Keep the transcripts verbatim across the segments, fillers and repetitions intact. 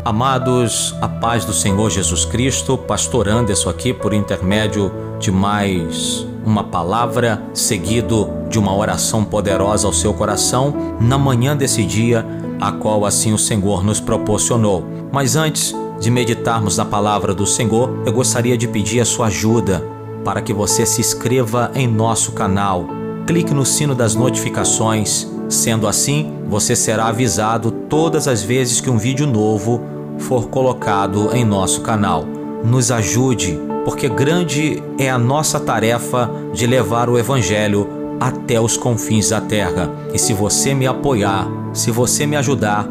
Amados, a paz do Senhor Jesus Cristo, Pastor Anderson aqui por intermédio de mais uma palavra, seguido de uma oração poderosa ao seu coração, na manhã desse dia, a qual assim o Senhor nos proporcionou. Mas antes de meditarmos na palavra do Senhor, eu gostaria de pedir a sua ajuda para que você se inscreva em nosso canal. Clique no sino das notificações. Sendo assim, você será avisado todas as vezes que um vídeo novo for colocado em nosso canal. Nos ajude, porque grande é a nossa tarefa de levar o Evangelho até os confins da terra. E se você me apoiar, se você me ajudar,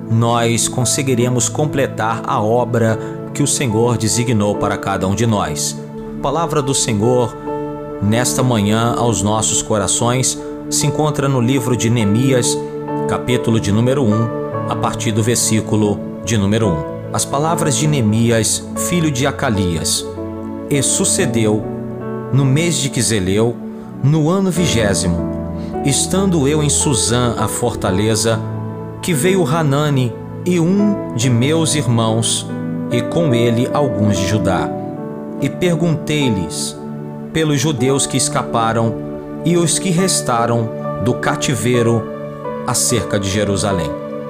nós conseguiremos completar a obra que o Senhor designou para cada um de nós. A palavra do Senhor nesta manhã aos nossos corações se encontra no livro de Neemias, capítulo de número um, a partir do versículo de número um. As palavras de Neemias, filho de Acalias. E sucedeu, no mês de Quisleu, no ano vigésimo, estando eu em Suzã, a fortaleza, que veio Hanani e um de meus irmãos, e com ele alguns de Judá. E perguntei-lhes pelos judeus que escaparam e os que restaram do cativeiro acerca de Jerusalém.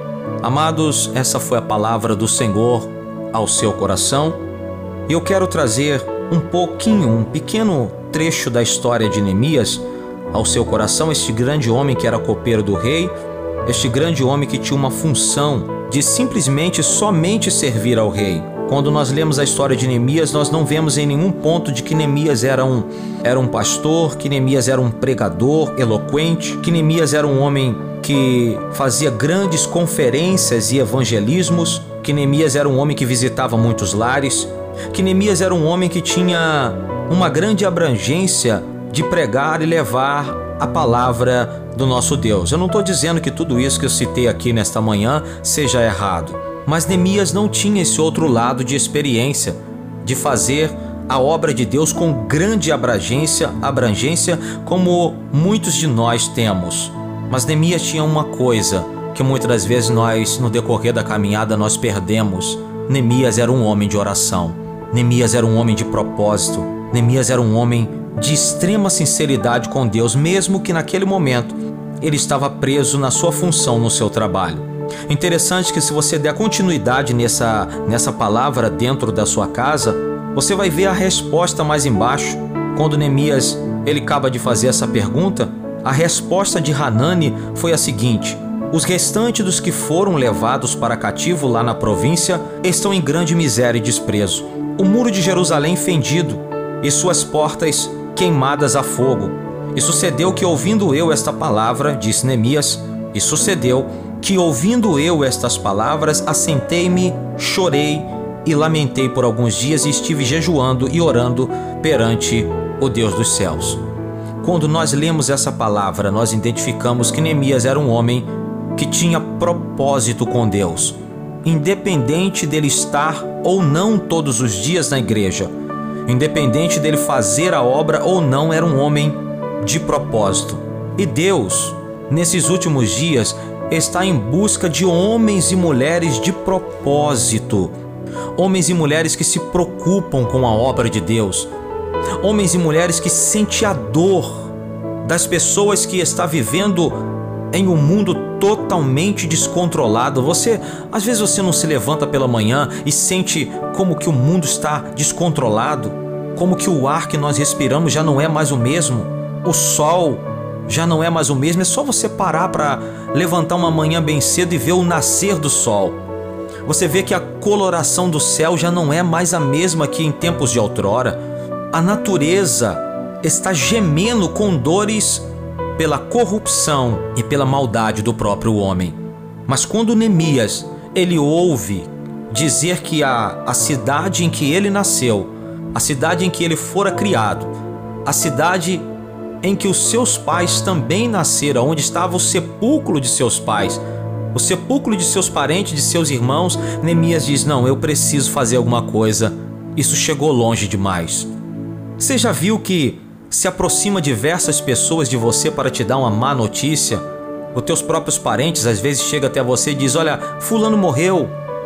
Amados, essa foi a palavra do Senhor ao seu coração. E eu quero trazer um pouquinho, um pequeno trecho da história de Neemias ao seu coração. Este grande homem que era copeiro do rei, este grande homem que tinha uma função de simplesmente somente servir ao rei. Quando nós lemos a história de Neemias, nós não vemos em nenhum ponto de que Neemias era um, era um pastor, que Neemias era um pregador eloquente, que Neemias era um homem que fazia grandes conferências e evangelismos, que Neemias era um homem que visitava muitos lares, que Neemias era um homem que tinha uma grande abrangência de pregar e levar a palavra do nosso Deus. Eu não estou dizendo que tudo isso que eu citei aqui nesta manhã seja errado, mas Neemias não tinha esse outro lado de experiência, de fazer a obra de Deus com grande abrangência, abrangência como muitos de nós temos. Mas Neemias tinha uma coisa que muitas das vezes nós, no decorrer da caminhada, nós perdemos. Neemias era um homem de oração. Neemias era um homem de propósito. Neemias era um homem de extrema sinceridade com Deus, mesmo que naquele momento ele estava preso na sua função, no seu trabalho. Interessante que se você der continuidade nessa, nessa palavra dentro da sua casa, você vai ver a resposta mais embaixo. Quando Neemias ele acaba de fazer essa pergunta, a resposta de Hanani foi a seguinte: os restantes dos que foram levados para cativo lá na província estão em grande miséria e desprezo. O muro de Jerusalém fendido e suas portas queimadas a fogo. E sucedeu que ouvindo eu esta palavra, disse Neemias, e sucedeu que ouvindo eu estas palavras, assentei-me, chorei e lamentei por alguns dias e estive jejuando e orando perante o Deus dos céus. Quando nós lemos essa palavra, nós identificamos que Neemias era um homem que tinha propósito com Deus, independente dele estar ou não todos os dias na igreja, independente dele fazer a obra ou não, era um homem de propósito. E Deus, nesses últimos dias, está em busca de homens e mulheres de propósito, homens e mulheres que se preocupam com a obra de Deus, homens e mulheres que sentem a dor das pessoas que estão vivendo em um mundo totalmente descontrolado. Você, às vezes você não se levanta pela manhã e sente como que o mundo está descontrolado, como que o ar que nós respiramos já não é mais o mesmo, o sol já não é mais o mesmo. É só você parar para levantar uma manhã bem cedo e ver o nascer do sol. Você vê que a coloração do céu já não é mais a mesma que em tempos de outrora. A natureza está gemendo com dores pela corrupção e pela maldade do próprio homem. Mas quando Neemias ele ouve dizer que a, a cidade em que ele nasceu, a cidade em que ele fora criado, a cidade em que os seus pais também nasceram, onde estava o sepulcro de seus pais, o sepulcro de seus parentes, de seus irmãos, Neemias diz: não, eu preciso fazer alguma coisa, isso chegou longe demais. Você já viu que se aproxima diversas pessoas de você para te dar uma má notícia? Os teus próprios parentes às vezes chegam até você e dizem: olha, fulano morreu.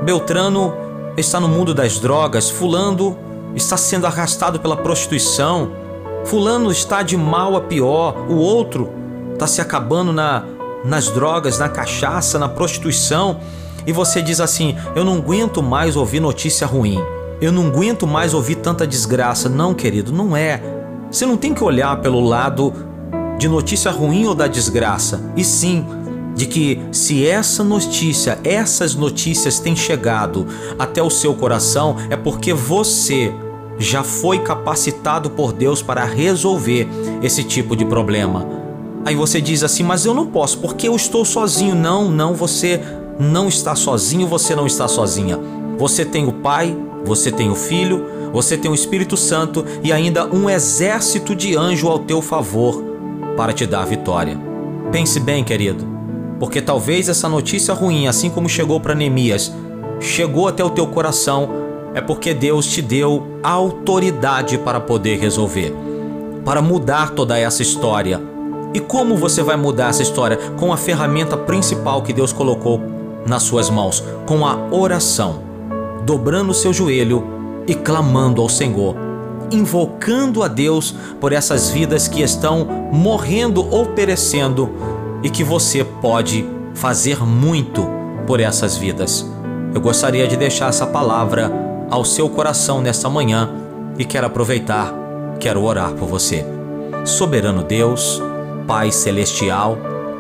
Beltrano está no mundo das drogas, fulano está sendo arrastado pela prostituição, fulano está de mal a pior, o outro está se acabando na, nas drogas, na cachaça, na prostituição, e você diz assim: eu não aguento mais ouvir notícia ruim, eu não aguento mais ouvir tanta desgraça. Não, querido, não é. Você não tem que olhar pelo lado de notícia ruim ou da desgraça, e sim de que se essa notícia, essas notícias têm chegado até o seu coração, é porque você já foi capacitado por Deus para resolver esse tipo de problema. Aí você diz assim: mas eu não posso, porque eu estou sozinho. Não, não, você não está sozinho, você não está sozinha. Você tem o Pai, você tem o Filho, você tem o Espírito Santo e ainda um exército de anjos ao teu favor para te dar a vitória. Pense bem, querido, porque talvez essa notícia ruim, assim como chegou para Neemias, chegou até o teu coração, é porque Deus te deu a autoridade para poder resolver, para mudar toda essa história. E como você vai mudar essa história? Com a ferramenta principal que Deus colocou nas suas mãos, com a oração, dobrando o seu joelho e clamando ao Senhor, invocando a Deus por essas vidas que estão morrendo ou perecendo, e que você pode fazer muito por essas vidas. Eu gostaria de deixar essa palavra ao seu coração nesta manhã e quero aproveitar, quero orar por você. Soberano Deus, Pai Celestial,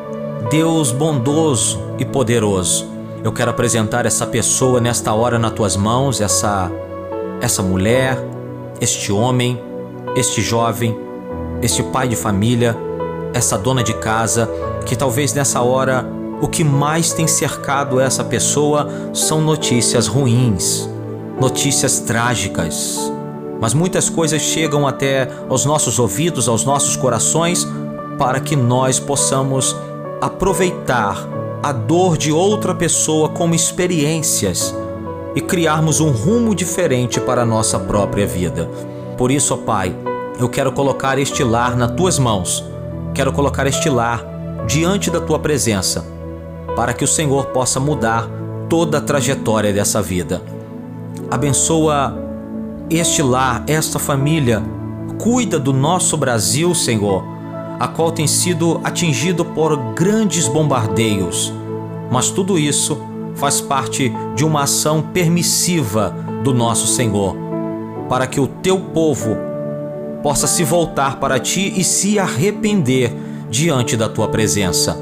Deus bondoso e poderoso, eu quero apresentar essa pessoa nesta hora nas tuas mãos, essa, essa mulher, este homem, este jovem, este pai de família, essa dona de casa, que talvez nessa hora o que mais tem cercado essa pessoa são notícias ruins, notícias trágicas. Mas muitas coisas chegam até aos nossos ouvidos, aos nossos corações, para que nós possamos aproveitar a dor de outra pessoa como experiências e criarmos um rumo diferente para a nossa própria vida. Por isso, ó Pai, eu quero colocar este lar nas tuas mãos, quero colocar este lar diante da tua presença, para que o Senhor possa mudar toda a trajetória dessa vida. Abençoa este lar, esta família, cuida do nosso Brasil, Senhor, a qual tem sido atingido por grandes bombardeios, mas tudo isso faz parte de uma ação permissiva do nosso Senhor, para que o teu povo possa se voltar para ti e se arrepender diante da tua presença.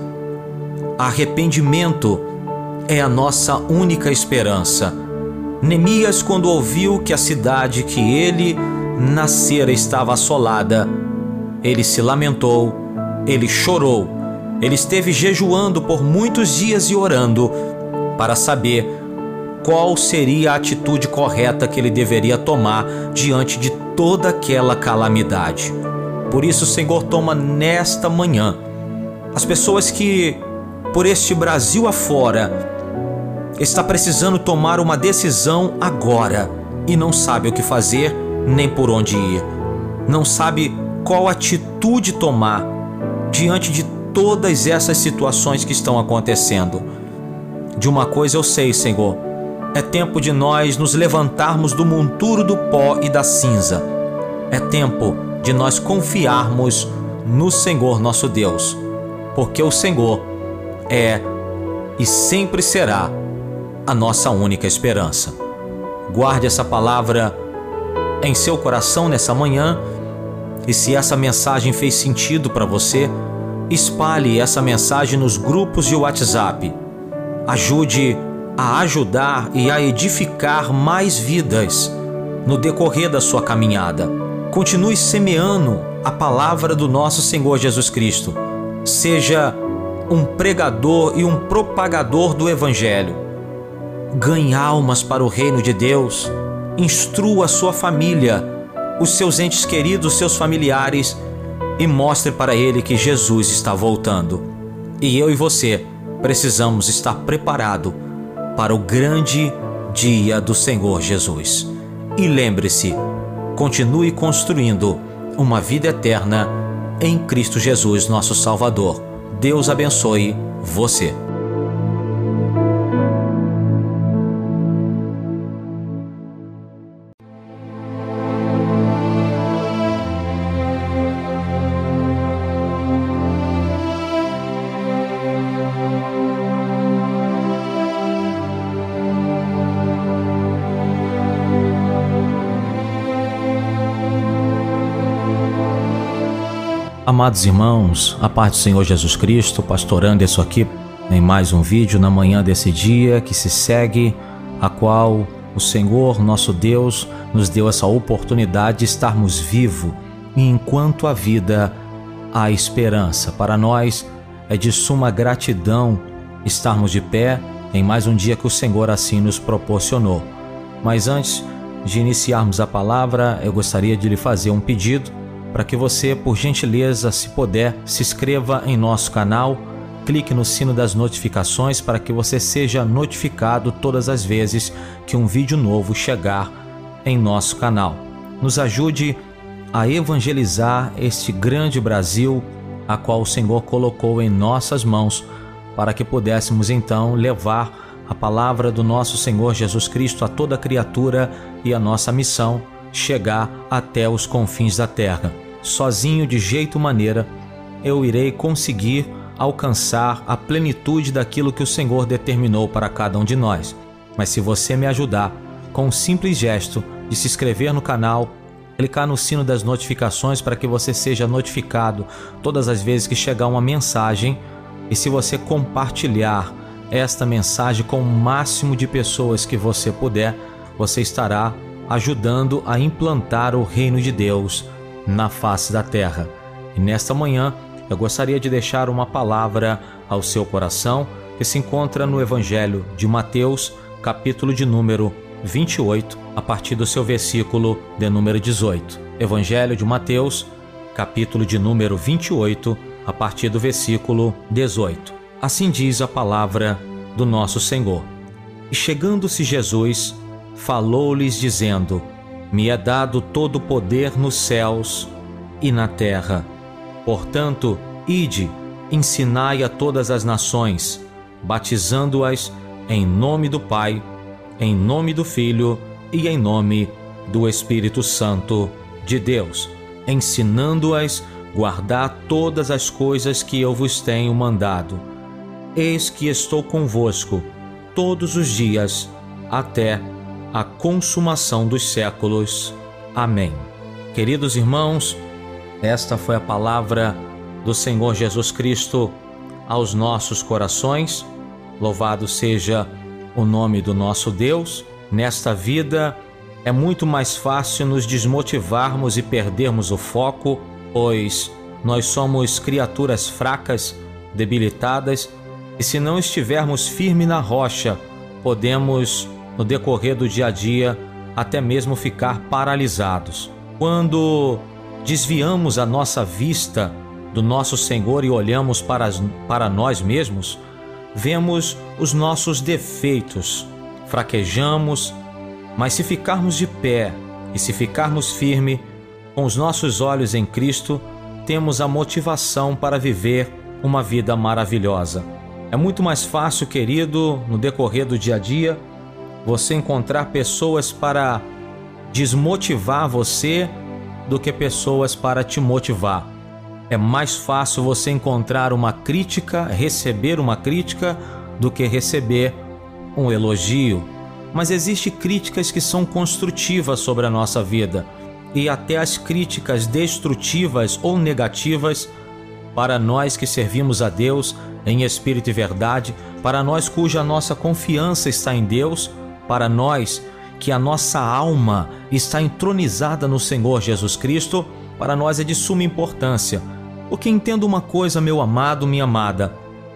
Arrependimento é a nossa única esperança. Neemias, quando ouviu que a cidade que ele nascera estava assolada, ele se lamentou, ele chorou, ele esteve jejuando por muitos dias e orando para saber qual seria a atitude correta que ele deveria tomar diante de toda aquela calamidade. Por isso, Senhor, toma nesta manhã as pessoas que por este Brasil afora está precisando tomar uma decisão agora e não sabe o que fazer nem por onde ir, não sabe qual atitude tomar diante de todas essas situações que estão acontecendo. De uma coisa eu sei, Senhor, é tempo de nós nos levantarmos do monturo do pó e da cinza. É tempo de nós confiarmos no Senhor nosso Deus, porque o Senhor é e sempre será a nossa única esperança. Guarde essa palavra em seu coração nessa manhã, e se essa mensagem fez sentido para você, espalhe essa mensagem nos grupos de WhatsApp. Ajude a ajudar e a edificar mais vidas no decorrer da sua caminhada. Continue semeando a palavra do nosso Senhor Jesus Cristo. Seja um pregador e um propagador do Evangelho. Ganhe almas para o reino de Deus. Instrua a sua família, os seus entes queridos, os seus familiares, e mostre para ele que Jesus está voltando. E eu e você precisamos estar preparados para o grande dia do Senhor Jesus. E lembre-se, continue construindo uma vida eterna em Cristo Jesus, nosso Salvador. Deus abençoe você. Amados irmãos, a paz do Senhor Jesus Cristo, pastor Anderson aqui em mais um vídeo na manhã desse dia que se segue, a qual o Senhor, nosso Deus, nos deu essa oportunidade de estarmos vivos e enquanto a vida há esperança. Para nós é de suma gratidão estarmos de pé em mais um dia que o Senhor assim nos proporcionou. Mas antes de iniciarmos a palavra, eu gostaria de lhe fazer um pedido para que você, por gentileza, se puder, se inscreva em nosso canal, clique no sino das notificações para que você seja notificado todas as vezes que um vídeo novo chegar em nosso canal. Nos ajude a evangelizar este grande Brasil, a qual o Senhor colocou em nossas mãos, para que pudéssemos então levar a palavra do nosso Senhor Jesus Cristo a toda criatura e a nossa missão chegar até os confins da terra. Sozinho, de jeito maneira, eu irei conseguir alcançar a plenitude daquilo que o Senhor determinou para cada um de nós. Mas se você me ajudar com um simples gesto de se inscrever no canal, clicar no sino das notificações para que você seja notificado todas as vezes que chegar uma mensagem, e se você compartilhar esta mensagem com o máximo de pessoas que você puder, você estará ajudando a implantar o reino de Deus na face da terra. E nesta manhã eu gostaria de deixar uma palavra ao seu coração que se encontra no Evangelho de Mateus, capítulo de número vinte e oito, a partir do seu versículo de número dezoito. Evangelho de Mateus, capítulo de número vinte e oito, a partir do versículo dezoito. Assim diz a palavra do nosso Senhor. E chegando-se Jesus, falou-lhes dizendo: Me é dado todo o poder nos céus e na terra. Portanto, ide, ensinai a todas as nações, batizando-as em nome do Pai, em nome do Filho e em nome do Espírito Santo de Deus, ensinando-as a guardar todas as coisas que eu vos tenho mandado. Eis que estou convosco todos os dias, até a consumação dos séculos. Amém. Queridos irmãos, esta foi a palavra do Senhor Jesus Cristo aos nossos corações. Louvado seja o nome do nosso Deus. Nesta vida é muito mais fácil nos desmotivarmos e perdermos o foco, pois nós somos criaturas fracas, debilitadas, e se não estivermos firmes na rocha, podemos, no decorrer do dia a dia, até mesmo ficar paralisados. Quando desviamos a nossa vista do nosso Senhor e olhamos para, as, para nós mesmos, vemos os nossos defeitos, fraquejamos, mas se ficarmos de pé e se ficarmos firmes com os nossos olhos em Cristo, temos a motivação para viver uma vida maravilhosa. É muito mais fácil, querido, no decorrer do dia a dia, você encontrar pessoas para desmotivar você do que pessoas para te motivar. É mais fácil você encontrar uma crítica, receber uma crítica, do que receber um elogio. Mas existem críticas que são construtivas sobre a nossa vida, e até as críticas destrutivas ou negativas, para nós que servimos a Deus em espírito e verdade, para nós cuja nossa confiança está em Deus, para nós que a nossa alma está entronizada no Senhor Jesus Cristo, para nós é de suma importância. Porque entenda uma coisa, meu amado, minha amada,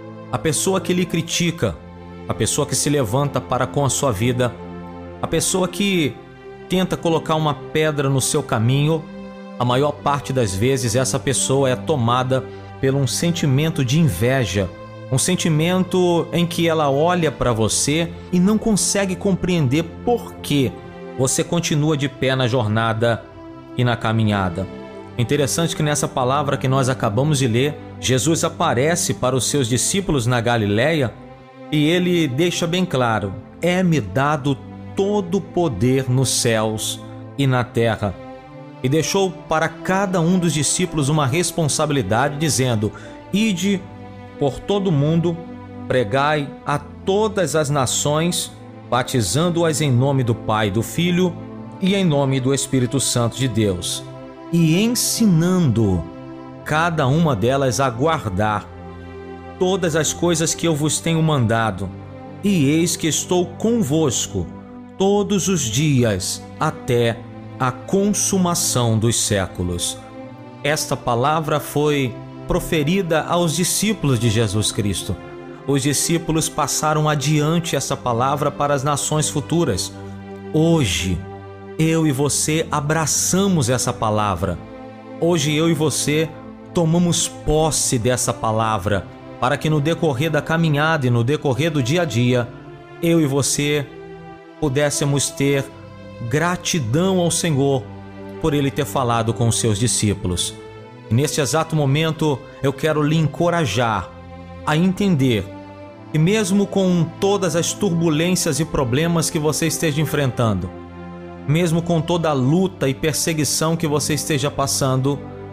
a pessoa que lhe critica, a pessoa que se levanta para com a sua vida, a pessoa que tenta colocar uma pedra no seu caminho, a maior parte das vezes essa pessoa é tomada por um sentimento de inveja, um sentimento em que ela olha para você e não consegue compreender por que você continua de pé na jornada e na caminhada. É interessante que nessa palavra que nós acabamos de ler, Jesus aparece para os seus discípulos na Galileia e ele deixa bem claro: é-me dado todo o poder nos céus e na terra. E deixou para cada um dos discípulos uma responsabilidade, dizendo: ide por todo o mundo, pregai a todas as nações, batizando-as em nome do Pai, do Filho e em nome do Espírito Santo de Deus, e ensinando cada uma delas a guardar todas as coisas que eu vos tenho mandado. E eis que estou convosco todos os dias até a consumação dos séculos. Esta palavra foi proferida aos discípulos de Jesus Cristo. Os discípulos passaram adiante essa palavra para as nações futuras. Hoje, eu e você abraçamos essa palavra. Hoje eu e você tomamos posse dessa palavra para que no decorrer da caminhada e no decorrer do dia a dia, eu e você pudéssemos ter gratidão ao Senhor por Ele ter falado com os seus discípulos. E neste exato momento eu quero lhe encorajar a entender que mesmo com todas as turbulências e problemas que você esteja enfrentando, mesmo com toda a luta e perseguição que você esteja passando,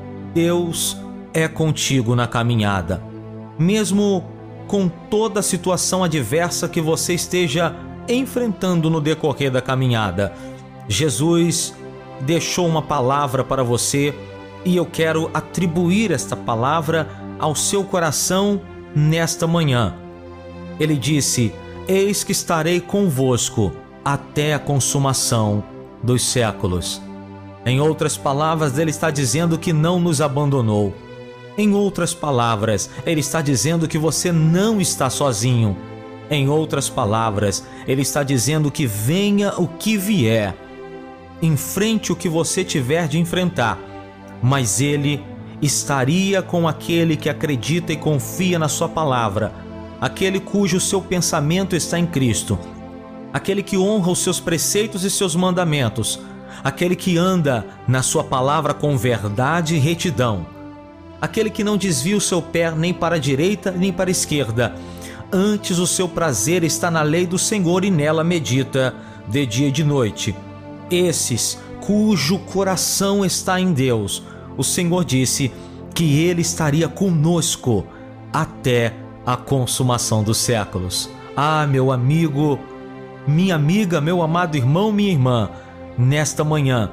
Deus é contigo na caminhada. Mesmo com toda a situação adversa que você esteja enfrentando no decorrer da caminhada, Jesus deixou uma palavra para você e eu quero atribuir esta palavra ao seu coração nesta manhã. Ele disse: eis que estarei convosco até a consumação dos séculos. Em outras palavras, ele está dizendo que não nos abandonou. Em outras palavras, ele está dizendo que você não está sozinho. Em outras palavras, ele está dizendo que venha o que vier, enfrente o que você tiver de enfrentar, mas ele estaria com aquele que acredita e confia na sua palavra, aquele cujo seu pensamento está em Cristo, aquele que honra os seus preceitos e seus mandamentos, aquele que anda na sua palavra com verdade e retidão, aquele que não desvia o seu pé nem para a direita nem para a esquerda. Antes o seu prazer está na lei do Senhor e nela medita de dia e de noite. Esses cujo coração está em Deus, o Senhor disse que Ele estaria conosco até a consumação dos séculos. Ah, meu amigo, minha amiga, meu amado irmão, minha irmã, nesta manhã,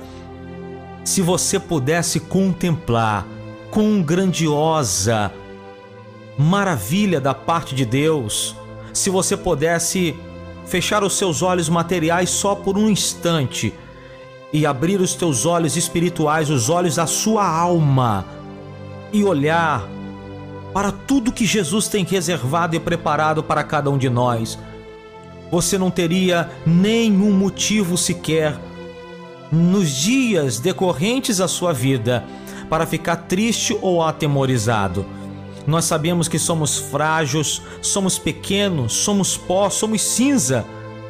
se você pudesse contemplar com grandiosa maravilha da parte de Deus, se você pudesse fechar os seus olhos materiais só por um instante e abrir os teus olhos espirituais, os olhos da sua alma, e olhar para tudo que Jesus tem reservado e preparado para cada um de nós, você não teria nenhum motivo sequer nos dias decorrentes à sua vida para ficar triste ou atemorizado. Nós sabemos que somos frágeis, somos pequenos, somos pó, somos cinza,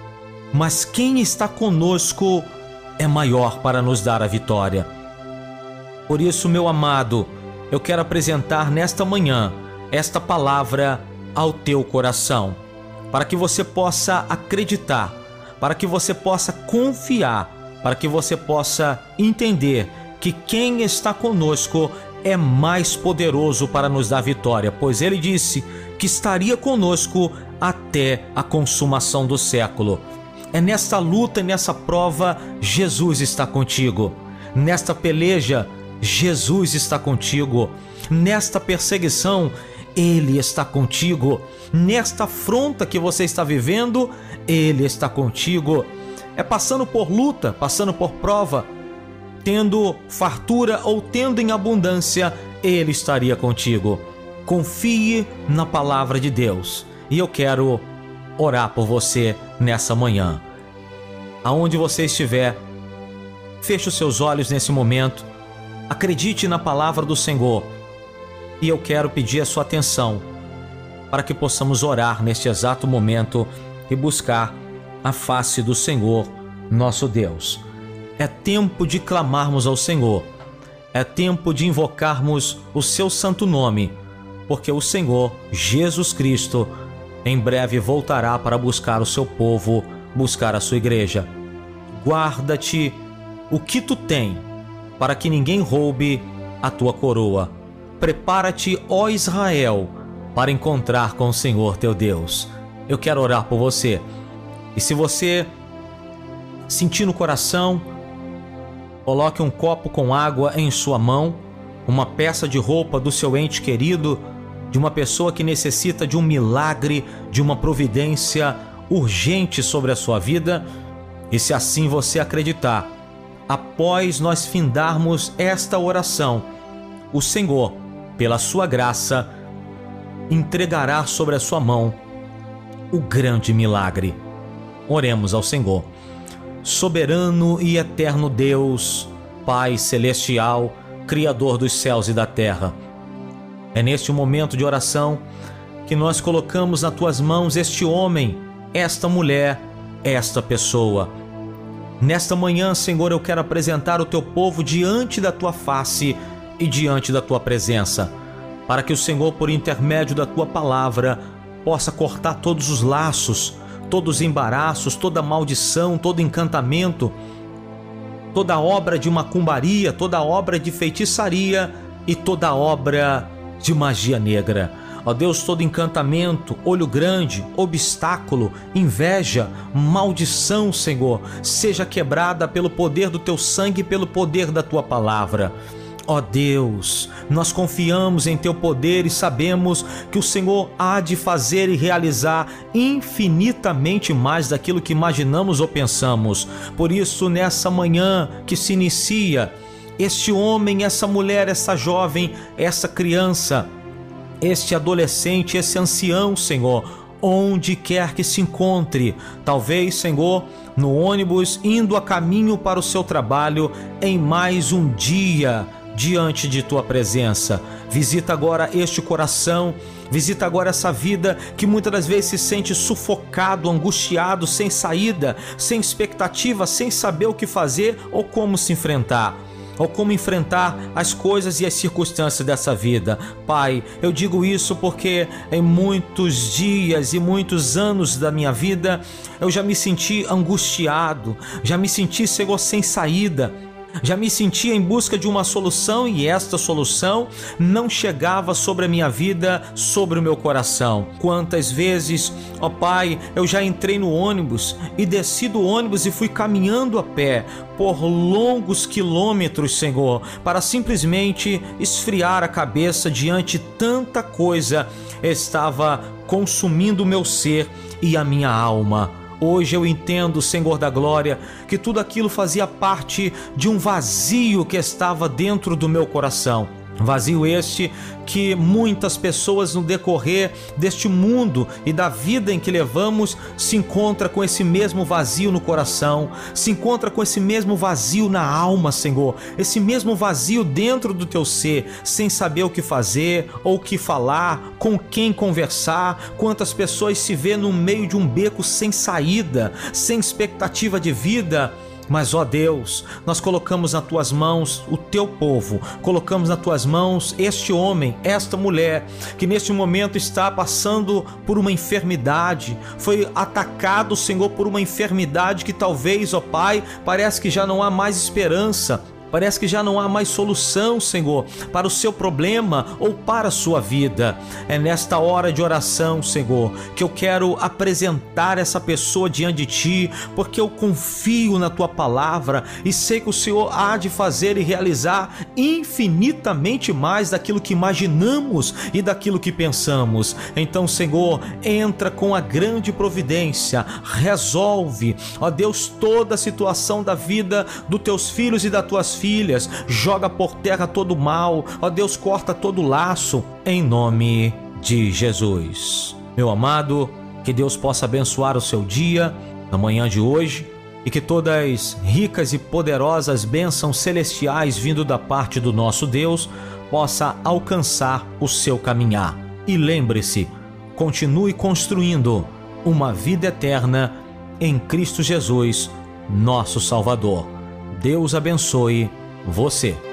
mas quem está conosco é maior para nos dar a vitória. Por isso, meu amado, eu quero apresentar nesta manhã esta palavra ao teu coração, para que você possa acreditar, para que você possa confiar, para que você possa entender que quem está conosco é mais poderoso para nos dar vitória, pois ele disse que estaria conosco até a consumação do século. É nesta luta e nessa prova, Jesus está contigo. Nesta peleja, Jesus está contigo. Nesta perseguição, Ele está contigo. Nesta afronta que você está vivendo, Ele está contigo. É passando por luta, passando por prova, tendo fartura ou tendo em abundância, Ele estaria contigo. Confie na palavra de Deus. E eu quero orar por você nessa manhã. Aonde você estiver, feche os seus olhos nesse momento, acredite na palavra do Senhor. E eu quero pedir a sua atenção para que possamos orar neste exato momento e buscar a face do Senhor, nosso Deus. É tempo de clamarmos ao Senhor, é tempo de invocarmos o seu santo nome, porque o Senhor, Jesus Cristo, em breve voltará para buscar o seu povo, buscar a sua igreja. Guarda-te o que tu tem, para que ninguém roube a tua coroa. Prepara-te, ó Israel, para encontrar com o Senhor teu Deus. Eu quero orar por você. E se você sentir no coração, coloque um copo com água em sua mão uma peça de roupa do seu ente querido, de uma pessoa que necessita de um milagre, de uma providência urgente sobre a sua vida. E se assim você acreditar, após nós findarmos esta oração, o Senhor, pela sua graça, entregará sobre a sua mão o grande milagre. Oremos ao Senhor. Soberano e eterno Deus, Pai celestial, Criador dos céus e da terra, é neste momento de oração que nós colocamos nas tuas mãos este homem, esta mulher, esta pessoa. Nesta manhã, Senhor, eu quero apresentar o teu povo diante da tua face e diante da tua presença, para que o Senhor, por intermédio da tua palavra, possa cortar todos os laços, todos os embaraços, toda maldição, todo encantamento, toda obra de macumbaria, toda obra de feitiçaria e toda obra de magia negra. Ó Deus, todo encantamento, olho grande, obstáculo, inveja, maldição, Senhor, seja quebrada pelo poder do teu sangue e pelo poder da tua palavra. Ó Deus, nós confiamos em teu poder e sabemos que o Senhor há de fazer e realizar infinitamente mais daquilo que imaginamos ou pensamos. Por isso, nessa manhã que se inicia, este homem, essa mulher, essa jovem, essa criança, este adolescente, esse ancião, Senhor, onde quer que se encontre, talvez, Senhor, no ônibus, indo a caminho para o seu trabalho, em mais um dia diante de tua presença. Visita agora este coração, visita agora essa vida que muitas das vezes se sente sufocado, angustiado, sem saída, sem expectativa, sem saber o que fazer ou como se enfrentar, ou como enfrentar as coisas e as circunstâncias dessa vida. Pai, eu digo isso porque em muitos dias e muitos anos da minha vida eu já me senti angustiado, já me senti, Senhor, sem saída, já me sentia em busca de uma solução e esta solução não chegava sobre a minha vida, sobre o meu coração. Quantas vezes, ó Pai, eu já entrei no ônibus e desci do ônibus e fui caminhando a pé por longos quilômetros, Senhor, para simplesmente esfriar a cabeça diante de tanta coisa estava consumindo o meu ser e a minha alma. Hoje eu entendo, Senhor da glória, que tudo aquilo fazia parte de um vazio que estava dentro do meu coração. Vazio este que muitas pessoas no decorrer deste mundo e da vida em que levamos se encontra com esse mesmo vazio no coração, se encontra com esse mesmo vazio na alma, Senhor, esse mesmo vazio dentro do teu ser, sem saber o que fazer ou o que falar, com quem conversar. Quantas pessoas se vê no meio de um beco sem saída, sem expectativa de vida. Mas, ó Deus, nós colocamos nas tuas mãos o teu povo, colocamos nas tuas mãos este homem, esta mulher, que neste momento está passando por uma enfermidade, foi atacado, Senhor, por uma enfermidade que talvez, ó Pai, parece que já não há mais esperança. Parece que já não há mais solução, Senhor, para o seu problema ou para a sua vida. É nesta hora de oração, Senhor, que eu quero apresentar essa pessoa diante de Ti, porque eu confio na Tua palavra e sei que o Senhor há de fazer e realizar infinitamente mais daquilo que imaginamos e daquilo que pensamos. Então, Senhor, entra com a grande providência, resolve, ó Deus, toda a situação da vida dos Teus filhos e das Tuas filhas. Filhas, joga por terra todo o mal, ó Deus, corta todo o laço, em nome de Jesus. Meu amado, que Deus possa abençoar o seu dia, na manhã de hoje, e que todas as ricas e poderosas bênçãos celestiais vindo da parte do nosso Deus possa alcançar o seu caminhar. E lembre-se, continue construindo uma vida eterna em Cristo Jesus, nosso Salvador. Deus abençoe você.